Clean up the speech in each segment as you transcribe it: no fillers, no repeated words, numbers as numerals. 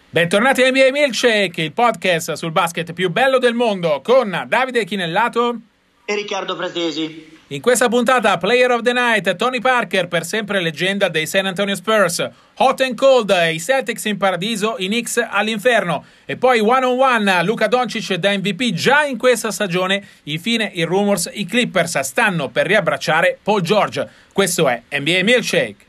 Bentornati a NBA Milkshake, il podcast sul basket più bello del mondo, con Davide Chinellato e Riccardo Fratesi. In questa puntata, Player of the Night, Tony Parker, per sempre leggenda dei San Antonio Spurs. Hot and Cold, i Celtics in paradiso, i Knicks all'inferno. E poi One on One, Luka Doncic da MVP già in questa stagione. Infine i rumors, i Clippers stanno per riabbracciare Paul George. Questo è NBA Milkshake.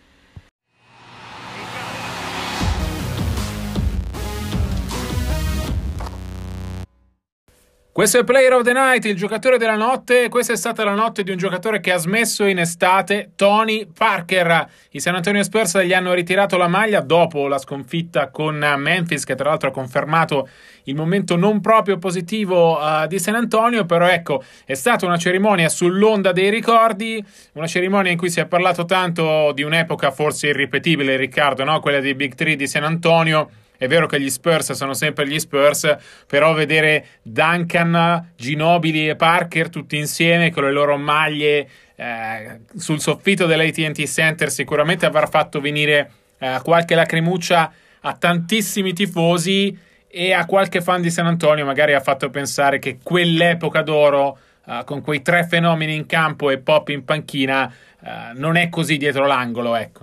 Questo è Player of the Night, il giocatore della notte. Questa è stata la notte di un giocatore che ha smesso in estate, Tony Parker. I San Antonio Spurs gli hanno ritirato la maglia dopo la sconfitta con Memphis, che tra l'altro ha confermato il momento non proprio positivo di San Antonio. Però ecco, è stata una cerimonia sull'onda dei ricordi, una cerimonia in cui si è parlato tanto di un'epoca forse irripetibile, Riccardo, no? Quella dei Big Three di San Antonio. È vero che gli Spurs sono sempre gli Spurs, però vedere Duncan, Ginobili e Parker tutti insieme con le loro maglie sul soffitto dell'AT&T Center sicuramente avrà fatto venire qualche lacrimuccia a tantissimi tifosi, e a qualche fan di San Antonio magari ha fatto pensare che quell'epoca d'oro, con quei tre fenomeni in campo e Pop in panchina, non è così dietro l'angolo, ecco.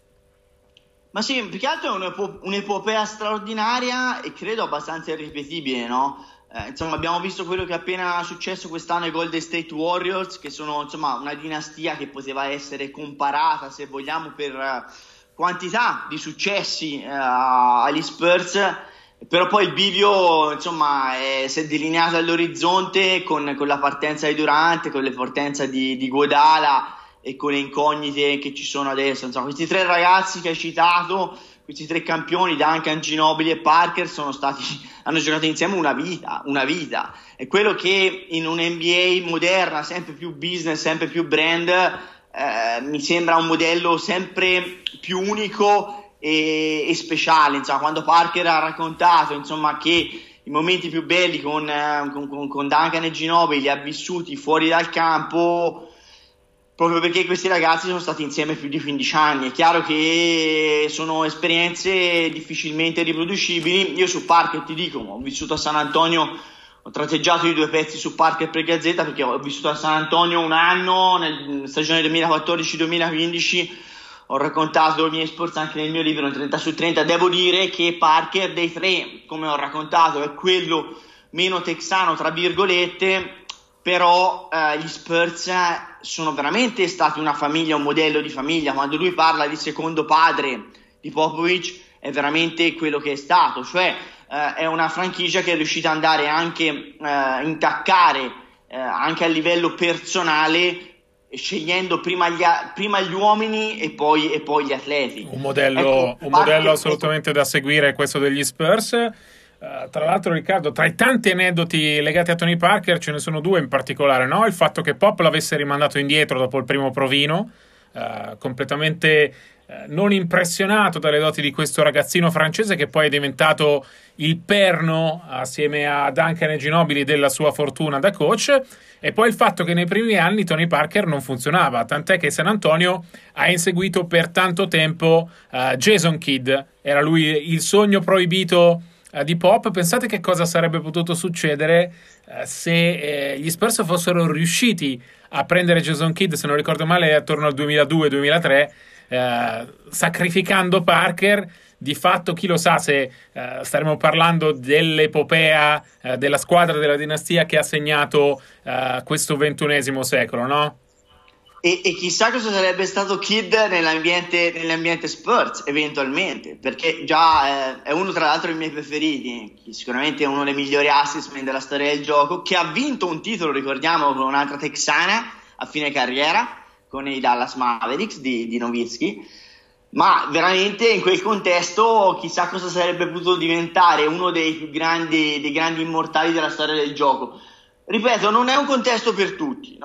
Ma sì, più che altro è un'epopea straordinaria e credo abbastanza irripetibile, no? Insomma, abbiamo visto quello che è appena successo quest'anno ai Golden State Warriors, che sono insomma una dinastia che poteva essere comparata, se vogliamo, per quantità di successi agli Spurs, però poi il bivio insomma si è delineato all'orizzonte con la partenza di Durant, con la partenza di Godala e con le incognite che ci sono adesso. Insomma, questi tre ragazzi che hai citato, questi tre campioni, Duncan, Ginobili e Parker, hanno giocato insieme una vita. È quello che in un NBA moderna, sempre più business, sempre più brand, mi sembra un modello sempre più unico e speciale. Insomma, quando Parker ha raccontato insomma che i momenti più belli con Duncan e Ginobili li ha vissuti fuori dal campo, proprio perché questi ragazzi sono stati insieme più di 15 anni. È chiaro che sono esperienze difficilmente riproducibili. Io su Parker ti dico, ho vissuto a San Antonio, ho tratteggiato i due pezzi su Parker per Gazzetta, perché ho vissuto a San Antonio un anno, nella stagione 2014-2015, ho raccontato i miei Spurs anche nel mio libro 30 su 30. Devo dire che Parker dei tre, come ho raccontato, è quello meno texano tra virgolette, però gli Spurs sono veramente stati una famiglia, un modello di famiglia. Quando lui parla di secondo padre di Popovich, è quello che è stato, cioè è una franchigia che è riuscita ad andare anche intaccare anche a livello personale, scegliendo prima gli uomini e poi gli atleti. Un modello assolutamente da seguire, questo degli Spurs. Tra l'altro, Riccardo, tra i tanti aneddoti legati a Tony Parker ce ne sono due in particolare, no? Il fatto che Pop l'avesse rimandato indietro dopo il primo provino, completamente non impressionato dalle doti di questo ragazzino francese, che poi è diventato il perno assieme a Duncan e Ginobili della sua fortuna da coach. E poi il fatto che nei primi anni Tony Parker non funzionava, tant'è che San Antonio ha inseguito per tanto tempo Jason Kidd. Era lui il sogno proibito di Pop. Pensate che cosa sarebbe potuto succedere se gli Spurs fossero riusciti a prendere Jason Kidd, se non ricordo male attorno al 2002-2003, sacrificando Parker. Di fatto chi lo sa se staremo parlando dell'epopea della squadra della dinastia che ha segnato questo XXI secolo, no? E chissà cosa sarebbe stato Kidd nell'ambiente Spurs eventualmente, perché già è uno tra l'altro dei miei preferiti, sicuramente è uno dei migliori assistman della storia del gioco, che ha vinto un titolo, ricordiamo, con un'altra texana a fine carriera con i Dallas Mavericks di Nowitzki. Ma veramente in quel contesto chissà cosa sarebbe potuto diventare uno dei più grandi immortali della storia del gioco. Ripeto, non è un contesto per tutti,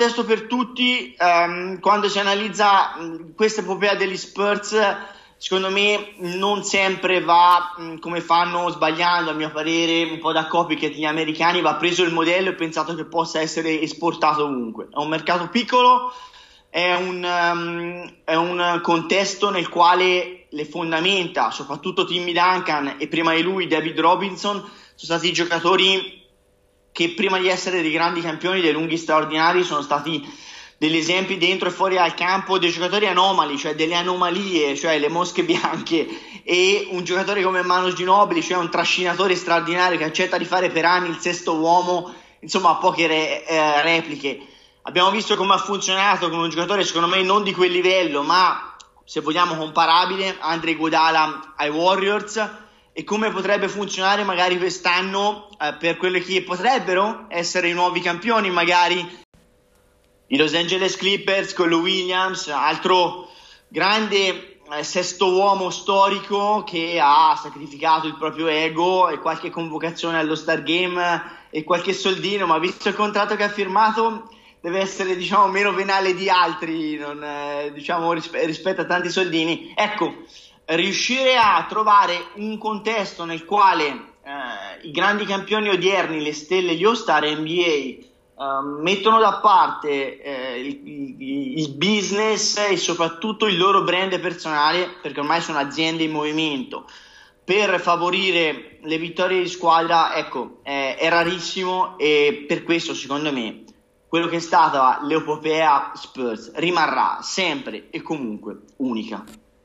quando si analizza questa epopea degli Spurs, secondo me non sempre va come fanno, sbagliando a mio parere, un po' da copycat gli americani, va preso il modello e pensato che possa essere esportato ovunque. È un mercato piccolo, è un contesto nel quale le fondamenta, soprattutto Timmy Duncan e prima di lui David Robinson, sono stati giocatori che prima di essere dei grandi campioni, dei lunghi straordinari, sono stati degli esempi dentro e fuori dal campo, dei giocatori anomali, cioè delle anomalie, cioè le mosche bianche, e un giocatore come Manu Ginobili, cioè un trascinatore straordinario che accetta di fare per anni il sesto uomo, insomma poche repliche. Abbiamo visto come ha funzionato con un giocatore secondo me non di quel livello, ma se vogliamo comparabile, Andre Iguodala ai Warriors, e come potrebbe funzionare magari quest'anno per quelli che potrebbero essere i nuovi campioni, magari i Los Angeles Clippers con Lou Williams, altro grande sesto uomo storico che ha sacrificato il proprio ego e qualche convocazione allo Star Game e qualche soldino, ma visto il contratto che ha firmato deve essere, diciamo, meno venale di altri, diciamo, rispetto a tanti soldini. Ecco, riuscire a trovare un contesto nel quale i grandi campioni odierni, le stelle, gli All-Star NBA mettono da parte il business e soprattutto il loro brand personale, perché ormai sono aziende in movimento, per favorire le vittorie di squadra, ecco, è rarissimo, e per questo secondo me quello che è stata l'epopea Spurs rimarrà sempre e comunque unica.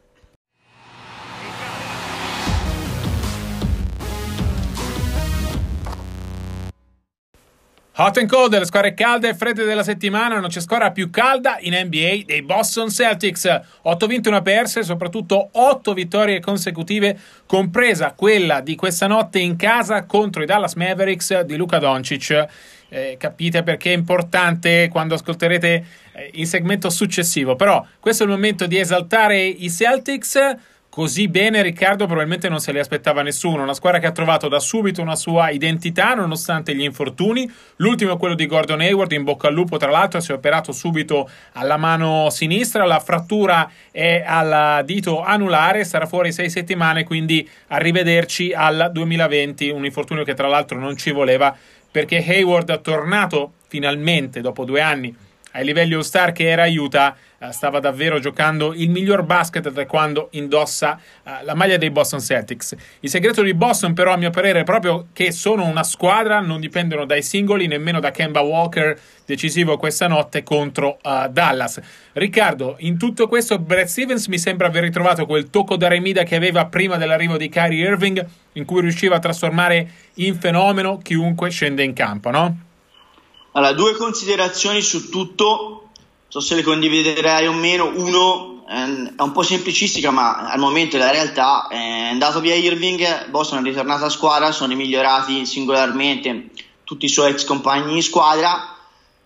Hot and cold, le squadre calde e fredde della settimana. Non c'è squadra più calda in NBA dei Boston Celtics. 8 vinte, 1 perse, soprattutto 8 vittorie consecutive, compresa quella di questa notte in casa contro i Dallas Mavericks di Luka Doncic. Capite perché è importante quando ascolterete il segmento successivo. Però questo è il momento di esaltare i Celtics. Così bene, Riccardo, probabilmente non se li aspettava nessuno. Una squadra che ha trovato da subito una sua identità nonostante gli infortuni. L'ultimo è quello di Gordon Hayward, in bocca al lupo tra l'altro, si è operato subito alla mano sinistra, la frattura è al dito anulare, sarà fuori 6 settimane, quindi arrivederci al 2020, un infortunio che tra l'altro non ci voleva, perché Hayward è tornato finalmente dopo 2 anni ai livelli All-Star, che era Utah, stava davvero giocando il miglior basket da quando indossa la maglia dei Boston Celtics. Il segreto di Boston però, a mio parere, è proprio che sono una squadra, non dipendono dai singoli, nemmeno da Kemba Walker, decisivo questa notte contro Dallas. Riccardo, in tutto questo Brad Stevens mi sembra aver ritrovato quel tocco da Remida che aveva prima dell'arrivo di Kyrie Irving, in cui riusciva a trasformare in fenomeno chiunque scende in campo, no? Allora, 2 considerazioni su tutto, so se le condividerai o meno. Uno, è un po' semplicistica, ma al momento è la realtà. È andato via Irving, Boston è ritornato a squadra, sono migliorati singolarmente tutti i suoi ex compagni di squadra,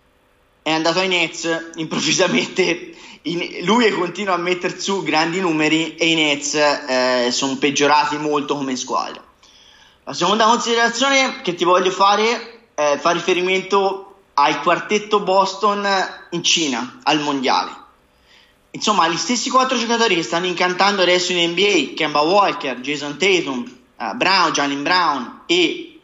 è andato ai Nets, improvvisamente lui continua a mettere su grandi numeri e i Nets sono peggiorati molto come squadra. La seconda considerazione che ti voglio fare fa riferimento al quartetto Boston in Cina, al mondiale. Insomma, gli stessi 4 giocatori che stanno incantando adesso in NBA, Kemba Walker, Jason Tatum, Jaylen Brown e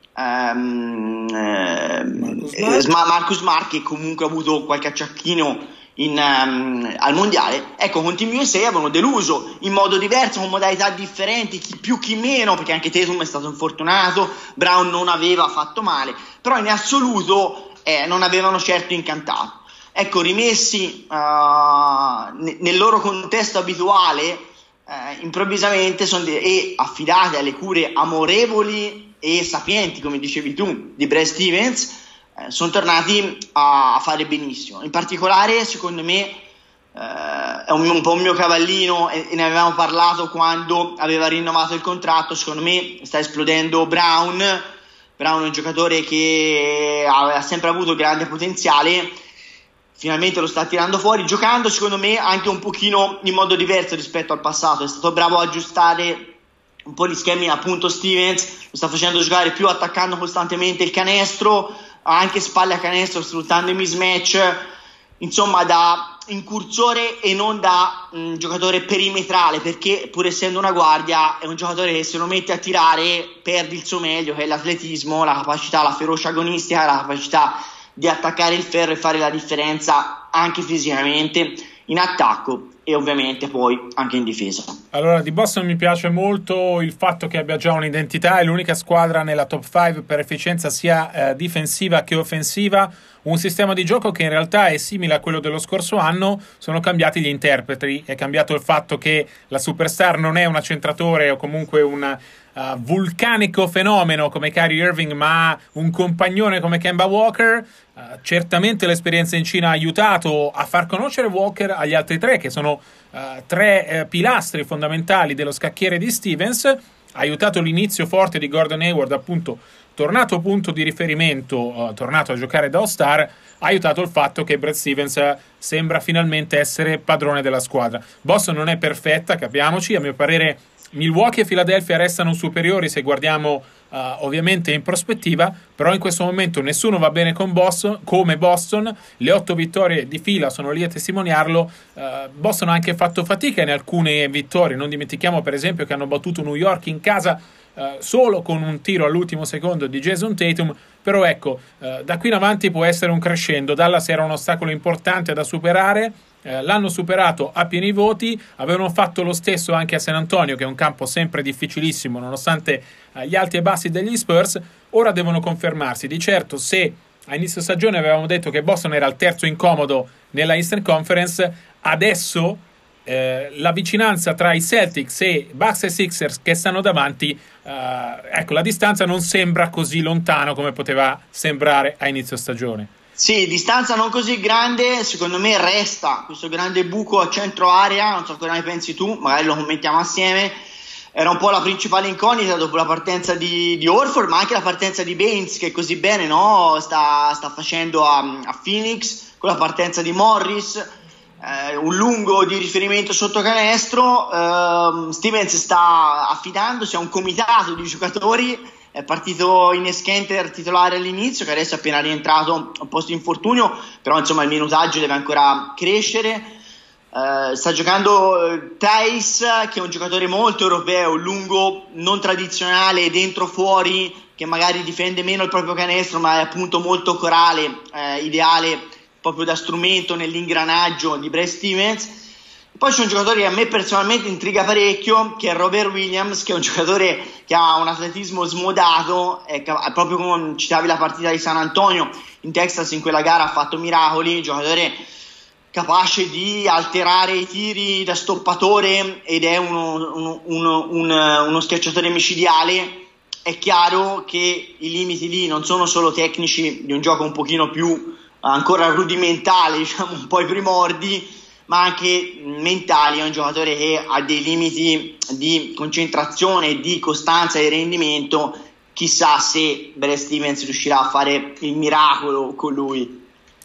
Marcus Smart, che comunque ha avuto qualche acciacchino al mondiale, ecco, con Team USA avevano deluso in modo diverso, con modalità differenti, chi più chi meno, perché anche Tatum è stato infortunato, Brown non aveva fatto male, però in assoluto non avevano certo incantato. Ecco, rimessi nel loro contesto abituale, improvvisamente e affidati alle cure amorevoli e sapienti, come dicevi tu, di Brad Stevens, sono tornati a fare benissimo. In particolare, secondo me, è un po' un mio cavallino, e ne avevamo parlato quando aveva rinnovato il contratto. Secondo me sta esplodendo Brown è un giocatore che ha sempre avuto grande potenziale, finalmente lo sta tirando fuori, giocando secondo me anche un pochino in modo diverso rispetto al passato. È stato bravo a aggiustare un po' gli schemi, appunto Stevens lo sta facendo giocare più attaccando costantemente il canestro, anche spalle a canestro, sfruttando i mismatch, insomma da incursore e non da giocatore perimetrale, perché pur essendo una guardia è un giocatore che se lo mette a tirare perde il suo meglio, che è l'atletismo, la capacità, la ferocia agonistica, la capacità di attaccare il ferro e fare la differenza anche fisicamente, in attacco e ovviamente poi anche in difesa. Allora, di Boston mi piace molto il fatto che abbia già un'identità, è l'unica squadra nella top 5 per efficienza sia difensiva che offensiva, un sistema di gioco che in realtà è simile a quello dello scorso anno, sono cambiati gli interpreti, è cambiato il fatto che la superstar non è un accentratore o comunque un vulcanico fenomeno come Kyrie Irving, ma un compagnone come Kemba Walker. Certamente l'esperienza in Cina ha aiutato a far conoscere Walker agli altri tre, che sono tre pilastri fondamentali dello scacchiere di Stevens. Ha aiutato l'inizio forte di Gordon Hayward, appunto tornato punto di riferimento, tornato a giocare da All-Star. Ha aiutato il fatto che Brad Stevens sembra finalmente essere padrone della squadra. Boston non è perfetta, capiamoci, a mio parere Milwaukee e Philadelphia restano superiori se guardiamo ovviamente in prospettiva, però in questo momento nessuno va bene con Boston, come Boston. Le 8 vittorie di fila sono lì a testimoniarlo. Boston ha anche fatto fatica in alcune vittorie, non dimentichiamo per esempio che hanno battuto New York in casa solo con un tiro all'ultimo secondo di Jason Tatum, però ecco, da qui in avanti può essere un crescendo. Dallas era un ostacolo importante da superare, l'hanno superato a pieni voti, avevano fatto lo stesso anche a San Antonio, che è un campo sempre difficilissimo nonostante gli alti e bassi degli Spurs. Ora devono confermarsi. Di certo, se a inizio stagione avevamo detto che Boston era il terzo incomodo nella Eastern Conference, adesso la vicinanza tra i Celtics e Bucks e Sixers che stanno davanti, ecco, la distanza non sembra così lontano come poteva sembrare a inizio stagione. Sì, distanza non così grande, secondo me resta questo grande buco a centro area, non so cosa ne pensi tu, magari lo commentiamo assieme. Era un po' la principale incognita dopo la partenza di Horford, ma anche la partenza di Baines, che così bene, no? sta facendo a Phoenix, con la partenza di Morris, un lungo di riferimento sotto canestro. Stevens sta affidandosi a un comitato di giocatori. È partito Enes Kanter titolare all'inizio, che adesso è appena rientrato a posto infortunio, però insomma il minutaggio deve ancora crescere. Sta giocando Theis, che è un giocatore molto europeo, lungo, non tradizionale, dentro fuori, che magari difende meno il proprio canestro, ma è appunto molto corale, ideale proprio da strumento nell'ingranaggio di Brad Stevens. Poi c'è un giocatore che a me personalmente intriga parecchio, che è Robert Williams, che è un giocatore che ha un atletismo smodato, proprio come citavi la partita di San Antonio, in Texas in quella gara ha fatto miracoli, giocatore capace di alterare i tiri da stoppatore ed è uno schiacciatore micidiale. È chiaro che i limiti lì non sono solo tecnici, di un gioco un pochino più ancora rudimentale, diciamo un po' i primordi, ma anche mentali. È un giocatore che ha dei limiti di concentrazione, di costanza e rendimento. Chissà se Brad Stevens riuscirà a fare il miracolo con lui.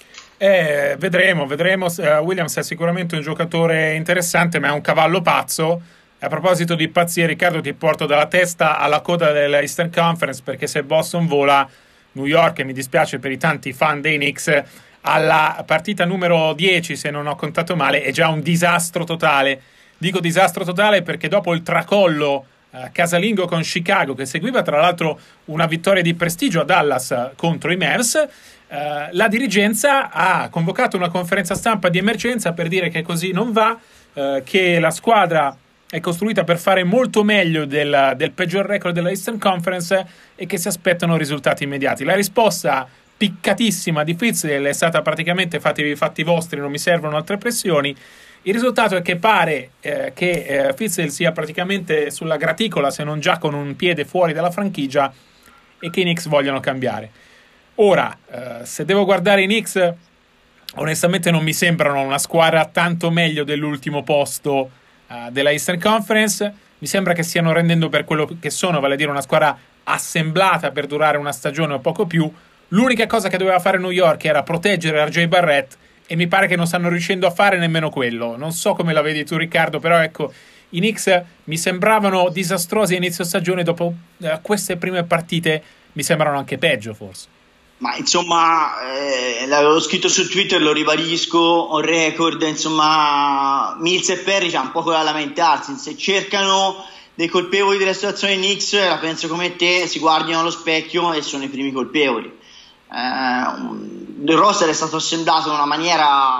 Vedremo. Williams è sicuramente un giocatore interessante, ma è un cavallo pazzo. A proposito di pazzie, Riccardo, ti porto dalla testa alla coda della Eastern Conference, perché se Boston vola, New York, e mi dispiace per i tanti fan dei Knicks, alla partita numero 10, se non ho contato male, è già un disastro totale. Dico disastro totale perché dopo il tracollo casalingo con Chicago, che seguiva tra l'altro una vittoria di prestigio a Dallas contro i Mavs, la dirigenza ha convocato una conferenza stampa di emergenza per dire che così non va, che la squadra è costruita per fare molto meglio del peggior record della Eastern Conference e che si aspettano risultati immediati. La risposta piccatissima di Fizdale è stata praticamente: fatevi i fatti vostri, non mi servono altre pressioni. Il risultato è che pare che Fizdale sia praticamente sulla graticola, se non già con un piede fuori dalla franchigia, e che i Knicks vogliono cambiare. Ora, se devo guardare i Knicks, onestamente non mi sembrano una squadra tanto meglio dell'ultimo posto della Eastern Conference. Mi sembra che stiano rendendo per quello che sono, vale a dire una squadra assemblata per durare una stagione o poco più. L'unica cosa che doveva fare New York era proteggere RJ Barrett, e mi pare che non stanno riuscendo a fare nemmeno quello. Non so come la vedi tu, Riccardo, però ecco, i Knicks mi sembravano disastrosi a inizio stagione, dopo queste prime partite mi sembrano anche peggio forse. Ma insomma, l'avevo scritto su Twitter, lo ribadisco, on record, insomma, Mills e Perry c'ha un poco da lamentarsi. Se cercano dei colpevoli della situazione Knicks, la penso come te, si guardino allo specchio e sono i primi colpevoli. Il roster è stato assemblato in una maniera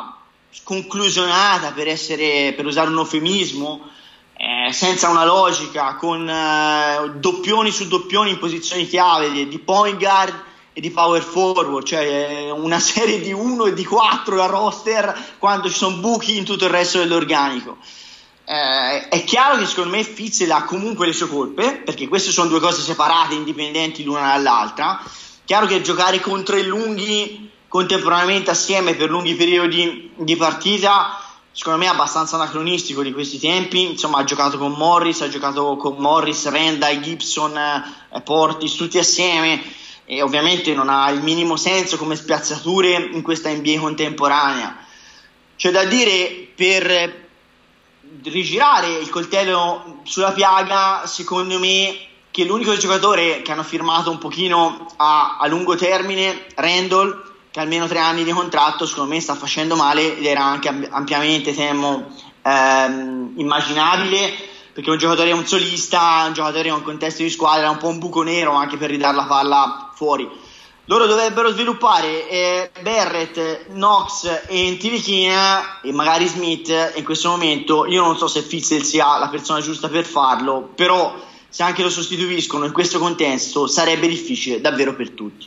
sconclusionata, per usare un eufemismo, senza una logica, con doppioni su doppioni in posizioni chiave di point guard e di power forward, cioè una serie di 1 e di 4 da roster quando ci sono buchi in tutto il resto dell'organico. È chiaro che secondo me Fitzel ha comunque le sue colpe, perché queste sono due cose separate, indipendenti l'una dall'altra. Chiaro che giocare con 3 lunghi contemporaneamente assieme per lunghi periodi di partita secondo me è abbastanza anacronistico di questi tempi. Insomma, ha giocato con Morris, Randall, Gibson, Portis, tutti assieme, e ovviamente non ha il minimo senso come spiazzature in questa NBA contemporanea. C'è da dire, per rigirare il coltello sulla piaga, secondo me, che l'unico giocatore che hanno firmato un pochino a lungo termine, Randall, che ha almeno 3 anni di contratto, secondo me sta facendo male, ed era anche ampiamente, temo, immaginabile, perché un giocatore è un solista, un giocatore in un contesto di squadra è un po' un buco nero anche per ridare la palla fuori. Loro dovrebbero sviluppare Barrett, Knox e Ntilikina e magari Smith. In questo momento io non so se Fitzel sia la persona giusta per farlo, però se anche lo sostituiscono in questo contesto sarebbe difficile davvero per tutti.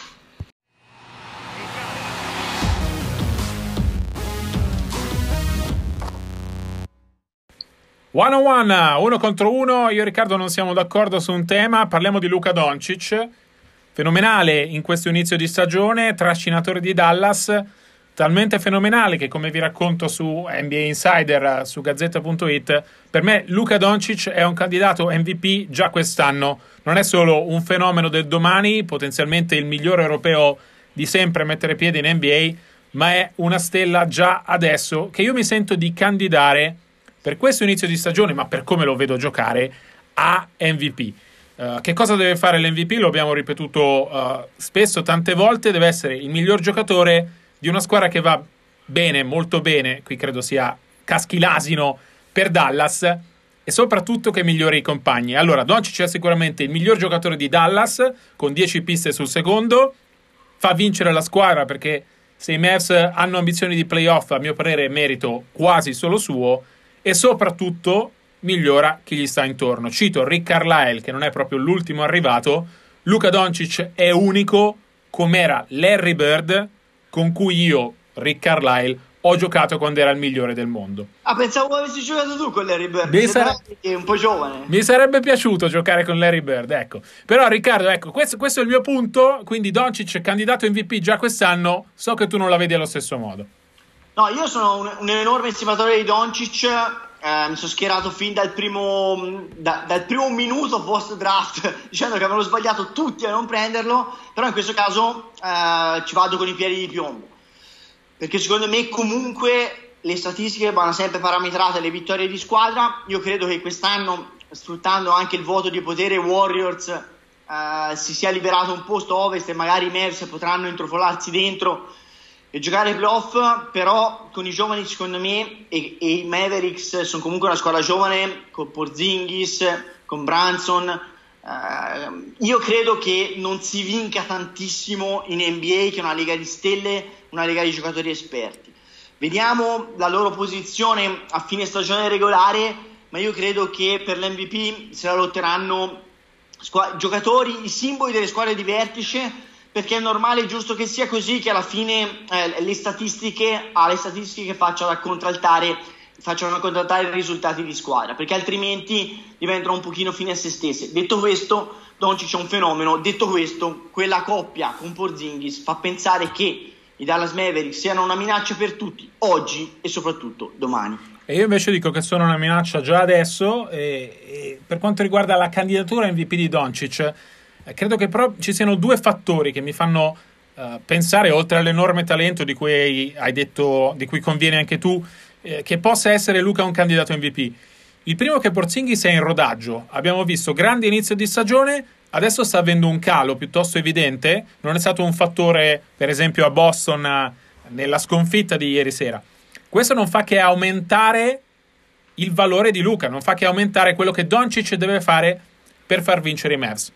One on one, 1 contro 1. Io e Riccardo non siamo d'accordo su un tema. Parliamo di Luka Doncic, fenomenale in questo inizio di stagione, trascinatore di Dallas, talmente fenomenale che, come vi racconto su NBA Insider, su Gazzetta.it, per me Luka Doncic è un candidato MVP già quest'anno. Non è solo un fenomeno del domani, potenzialmente il migliore europeo di sempre a mettere piede in NBA, ma è una stella già adesso che io mi sento di candidare per questo inizio di stagione, ma per come lo vedo giocare, a MVP. Che cosa deve fare l'MVP? Lo abbiamo ripetuto spesso, tante volte. Deve essere il miglior giocatore di una squadra che va bene, molto bene. Qui credo sia caschi l'asino per Dallas, e soprattutto che migliori i compagni. Allora, Doncic è sicuramente il miglior giocatore di Dallas, con 10 piste sul secondo, fa vincere la squadra, perché se i Mavs hanno ambizioni di playoff, a mio parere è merito quasi solo suo, e soprattutto migliora chi gli sta intorno. Cito Rick Carlisle, che non è proprio l'ultimo arrivato. Luka Doncic è unico, come era Larry Bird, con cui io, Rick Carlisle, ho giocato quando era il migliore del mondo. Pensavo avessi giocato tu con Larry Bird. È un po' giovane. Mi sarebbe piaciuto giocare con Larry Bird, ecco. Però Riccardo, ecco, questo è il mio punto. Quindi Doncic, candidato MVP già quest'anno. So che tu non la vedi allo stesso modo. No, io sono un enorme estimatore di Doncic. Mi sono schierato fin dal primo minuto post draft, dicendo che avevano sbagliato tutti a non prenderlo, però in questo caso ci vado con i piedi di piombo, perché secondo me comunque le statistiche vanno sempre parametrate alle vittorie di squadra. Io credo che quest'anno, sfruttando anche il vuoto di potere Warriors, si sia liberato un posto ovest e magari i Mavs potranno intrufolarsi dentro e giocare ai playoff. Però con i giovani, secondo me, e i Mavericks sono comunque una squadra giovane, con Porzingis, con Brunson, io credo che non si vinca tantissimo in NBA, che è una lega di stelle, una lega di giocatori esperti. Vediamo la loro posizione a fine stagione regolare, ma io credo che per l'MVP se la lotteranno giocatori, i simboli delle squadre di vertice, perché è normale e giusto che sia così, che alla fine le statistiche facciano contraltare i risultati di squadra, perché altrimenti diventano un pochino fine a se stesse. Detto questo, Doncic è un fenomeno. Detto questo, quella coppia con Porzingis fa pensare che i Dallas Mavericks siano una minaccia per tutti, oggi e soprattutto domani. E io invece dico che sono una minaccia già adesso. E per quanto riguarda la candidatura MVP di Doncic, credo che però ci siano 2 fattori che mi fanno pensare, oltre all'enorme talento di cui hai detto, di cui conviene anche tu, che possa essere Luka un candidato MVP. Il primo è che Porzingis è in rodaggio. Abbiamo visto grande inizio di stagione, adesso sta avendo un calo piuttosto evidente. Non è stato un fattore, per esempio, a Boston nella sconfitta di ieri sera. Questo non fa che aumentare il valore di Luka, non fa che aumentare quello che Doncic deve fare per far vincere i Mavs.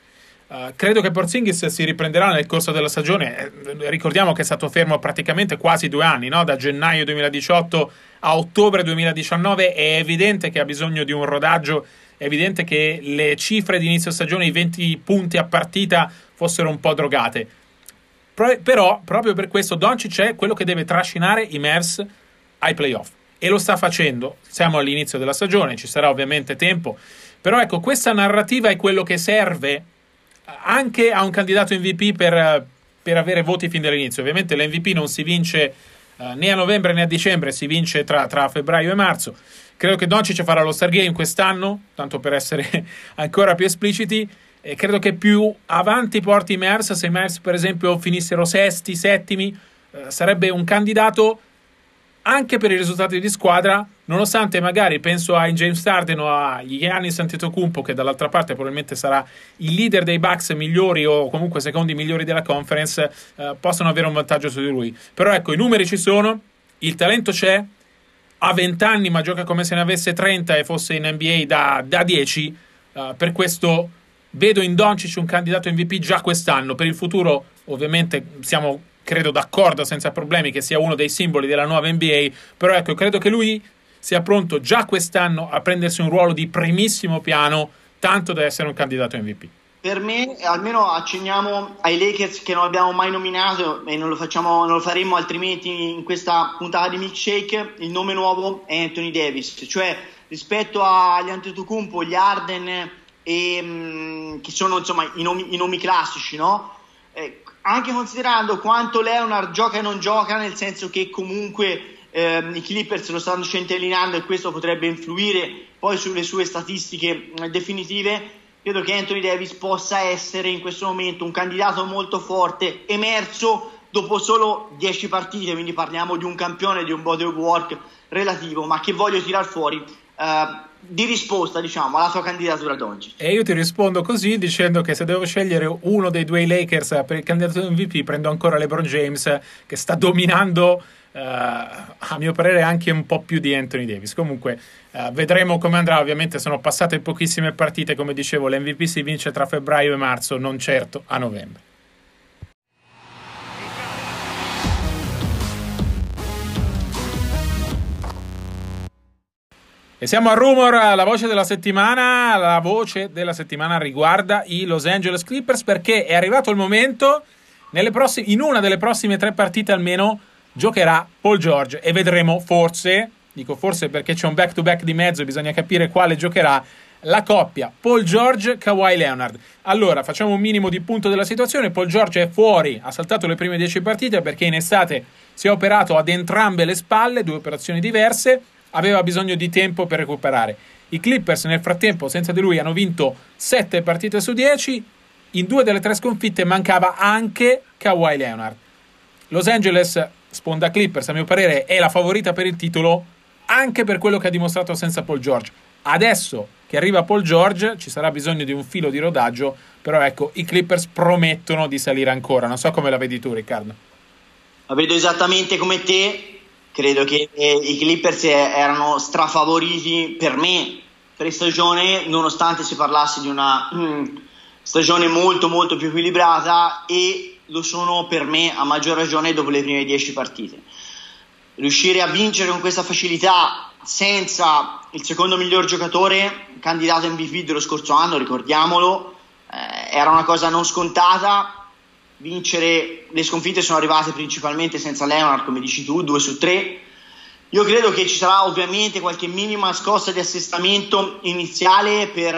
Credo che Porzingis si riprenderà nel corso della stagione. Ricordiamo che è stato fermo praticamente quasi 2 anni, no? Da gennaio 2018 a ottobre 2019. È evidente che ha bisogno di un rodaggio, è evidente che le cifre di inizio stagione, i 20 punti a partita, fossero un po' drogate. Però proprio per questo Doncic è quello che deve trascinare i Mavs ai playoff, e lo sta facendo. Siamo all'inizio della stagione, ci sarà ovviamente tempo, però ecco, questa narrativa è quello che serve anche a un candidato MVP per avere voti fin dall'inizio. Ovviamente l'MVP non si vince né a novembre né a dicembre, si vince tra febbraio e marzo. Credo che Doncic farà lo Star Game quest'anno, tanto per essere ancora più espliciti, e credo che più avanti porti i Mavs. Se i Mavs per esempio finissero sesti, settimi, sarebbe un candidato anche per i risultati di squadra, nonostante magari penso a James Harden o a Giannis Antetokounmpo, che dall'altra parte probabilmente sarà il leader dei Bucks migliori o comunque secondi migliori della conference, possono avere un vantaggio su di lui. Però ecco, i numeri ci sono, il talento c'è, ha 20 anni ma gioca come se ne avesse 30 e fosse in NBA da 10, per questo vedo in Doncic un candidato MVP già quest'anno. Per il futuro ovviamente siamo, credo, d'accordo senza problemi che sia uno dei simboli della nuova NBA, però ecco, credo che lui sia pronto già quest'anno a prendersi un ruolo di primissimo piano, tanto da essere un candidato MVP. Per me, almeno accenniamo ai Lakers che non abbiamo mai nominato e non lo faremo altrimenti in questa puntata di Milkshake. Il nome nuovo è Anthony Davis, cioè rispetto agli Antetokounmpo, gli Harden che sono insomma i nomi classici, no? Anche considerando quanto Leonard gioca e non gioca, nel senso che comunque i Clippers lo stanno centellinando e questo potrebbe influire poi sulle sue statistiche definitive, credo che Anthony Davis possa essere in questo momento un candidato molto forte, emerso dopo solo 10 partite, quindi parliamo di un campione, di un body of work relativo, ma che voglio tirar fuori di risposta, diciamo, alla tua candidatura Doncic. E io ti rispondo così dicendo che se devo scegliere uno dei due Lakers per il candidato MVP, prendo ancora LeBron James, che sta dominando a mio parere anche un po' più di Anthony Davis. Comunque vedremo come andrà. Ovviamente sono passate pochissime partite, come dicevo, l'MVP si vince tra febbraio e marzo, non certo a novembre. E siamo a Rumor, la voce della settimana. La voce della settimana riguarda i Los Angeles Clippers, perché è arrivato il momento, in una delle prossime 3 partite almeno giocherà Paul George e vedremo forse, dico forse perché c'è un back-to-back di mezzo e bisogna capire quale giocherà, la coppia Paul George-Kawhi Leonard. Allora, facciamo un minimo di punto della situazione. Paul George è fuori, ha saltato le prime 10 partite perché in estate si è operato ad entrambe le spalle, 2 operazioni diverse, aveva bisogno di tempo per recuperare. I Clippers nel frattempo senza di lui hanno vinto 7 partite su 10, in 2 delle 3 sconfitte mancava anche Kawhi Leonard. Los Angeles, sponda Clippers, a mio parere è la favorita per il titolo, anche per quello che ha dimostrato senza Paul George. Adesso che arriva Paul George ci sarà bisogno di un filo di rodaggio, però ecco, i Clippers promettono di salire ancora. Non so come la vedi tu, Riccardo. La vedo esattamente come te. Credo che i Clippers erano strafavoriti per me pre-stagione, nonostante si parlasse di una stagione molto molto più equilibrata, e lo sono per me a maggior ragione dopo le prime 10 partite. Riuscire a vincere con questa facilità senza il secondo miglior giocatore, candidato MVP dello scorso anno, ricordiamolo, era una cosa non scontata. Vincere, le sconfitte sono arrivate principalmente senza Leonard, come dici tu, 2 su 3. Io credo che ci sarà ovviamente qualche minima scossa di assestamento iniziale per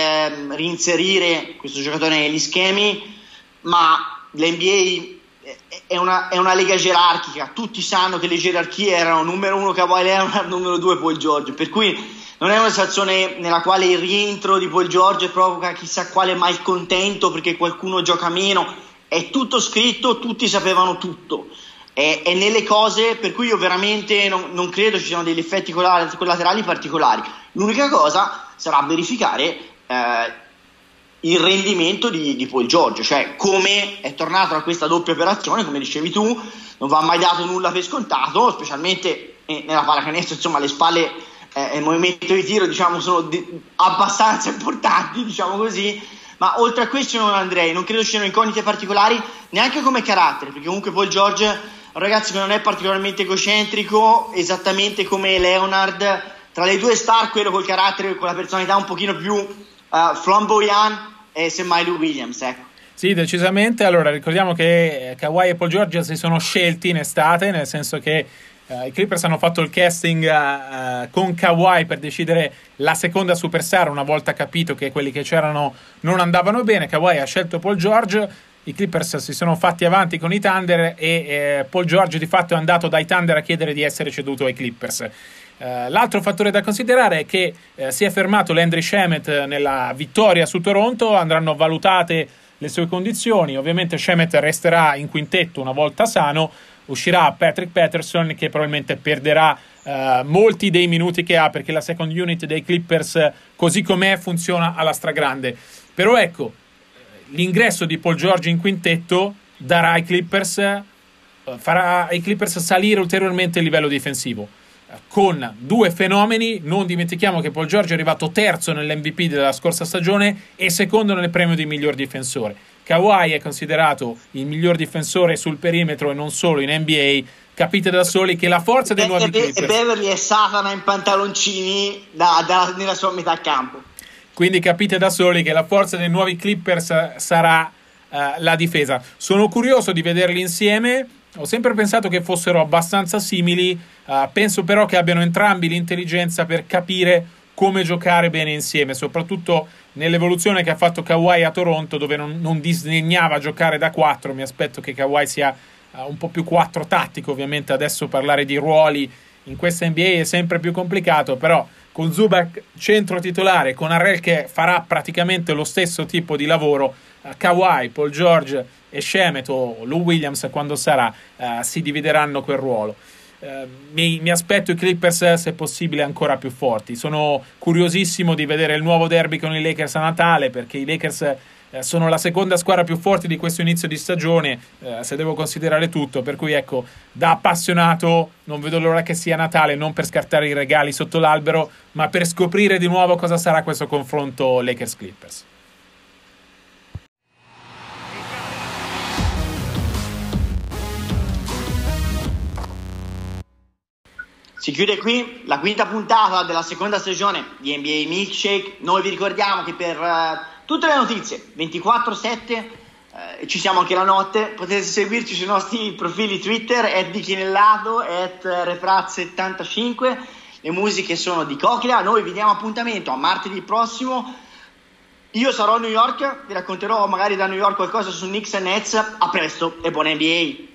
reinserire questo giocatore negli schemi, ma l'NBA è una lega gerarchica, tutti sanno che le gerarchie erano numero 1 Kawhi Leonard, numero 2 Paul George, per cui non è una situazione nella quale il rientro di Paul George provoca chissà quale malcontento perché qualcuno gioca meno. È tutto scritto, tutti sapevano tutto, è nelle cose, per cui io veramente non credo ci siano degli effetti collaterali particolari. L'unica cosa sarà verificare il rendimento di Paul George, cioè come è tornato da questa doppia operazione, come dicevi tu, non va mai dato nulla per scontato, specialmente nella pallacanestro, insomma le spalle e il movimento di tiro, diciamo, sono abbastanza importanti, diciamo così. ma oltre a questo non andrei, non credo ci siano incognite particolari neanche come carattere, perché comunque Paul George è un ragazzo che non è particolarmente egocentrico, esattamente come Leonard, tra le due star quello col carattere, con la personalità un pochino più flamboyant è semmai Lou Williams, ecco. Sì, decisamente. Allora, ricordiamo che Kawhi e Paul George si sono scelti in estate, nel senso che i Clippers hanno fatto il casting con Kawhi per decidere la seconda superstar, una volta capito che quelli che c'erano non andavano bene. Kawhi ha scelto Paul George, i Clippers si sono fatti avanti con i Thunder e Paul George di fatto è andato dai Thunder a chiedere di essere ceduto ai Clippers. L'altro fattore da considerare è che si è fermato Landry Shamet nella vittoria su Toronto, andranno valutate le sue condizioni. Ovviamente Shamet resterà in quintetto una volta sano, uscirà Patrick Patterson che probabilmente perderà molti dei minuti che ha, perché la second unit dei Clippers così com'è funziona alla stragrande. Però ecco, l'ingresso di Paul George in quintetto darà ai Clippers, farà ai Clippers salire ulteriormente il livello difensivo, con due fenomeni. Non dimentichiamo che Paul George è arrivato terzo nell'MVP della scorsa stagione e secondo nel premio di miglior difensore. Kawhi è considerato il miglior difensore sul perimetro e non solo in NBA. Capite da soli che la forza dei nuovi Clippers, e Beverly è Satana in pantaloncini nella sua metà campo. Quindi capite da soli che la forza dei nuovi Clippers sarà la difesa. Sono curioso di vederli insieme. Ho sempre pensato che fossero abbastanza simili, penso però che abbiano entrambi l'intelligenza per capire come giocare bene insieme, soprattutto nell'evoluzione che ha fatto Kawhi a Toronto, dove non disdegnava giocare da 4. Mi aspetto che Kawhi sia un po' più 4 tattico. Ovviamente adesso parlare di ruoli in questa NBA è sempre più complicato, però con Zubac centro titolare, con Harrell che farà praticamente lo stesso tipo di lavoro, Kawhi, Paul George e Shamet o Lou Williams quando sarà si divideranno quel ruolo. Mi aspetto i Clippers se possibile ancora più forti. Sono curiosissimo di vedere il nuovo derby con i Lakers a Natale, perché i Lakers sono la seconda squadra più forte di questo inizio di stagione, se devo considerare tutto, per cui ecco, da appassionato non vedo l'ora che sia Natale, non per scartare i regali sotto l'albero, ma per scoprire di nuovo cosa sarà questo confronto Lakers-Clippers. Si chiude qui la quinta puntata della seconda stagione di NBA Milkshake. Noi vi ricordiamo che per tutte le notizie 24/7 ci siamo anche la notte. Potete seguirci sui nostri profili Twitter @dichinellato, @repraz75. Le musiche sono di Cochila. Noi vi diamo appuntamento a martedì prossimo. Io sarò a New York, vi racconterò magari da New York qualcosa su Knicks e Nets. A presto e buona NBA.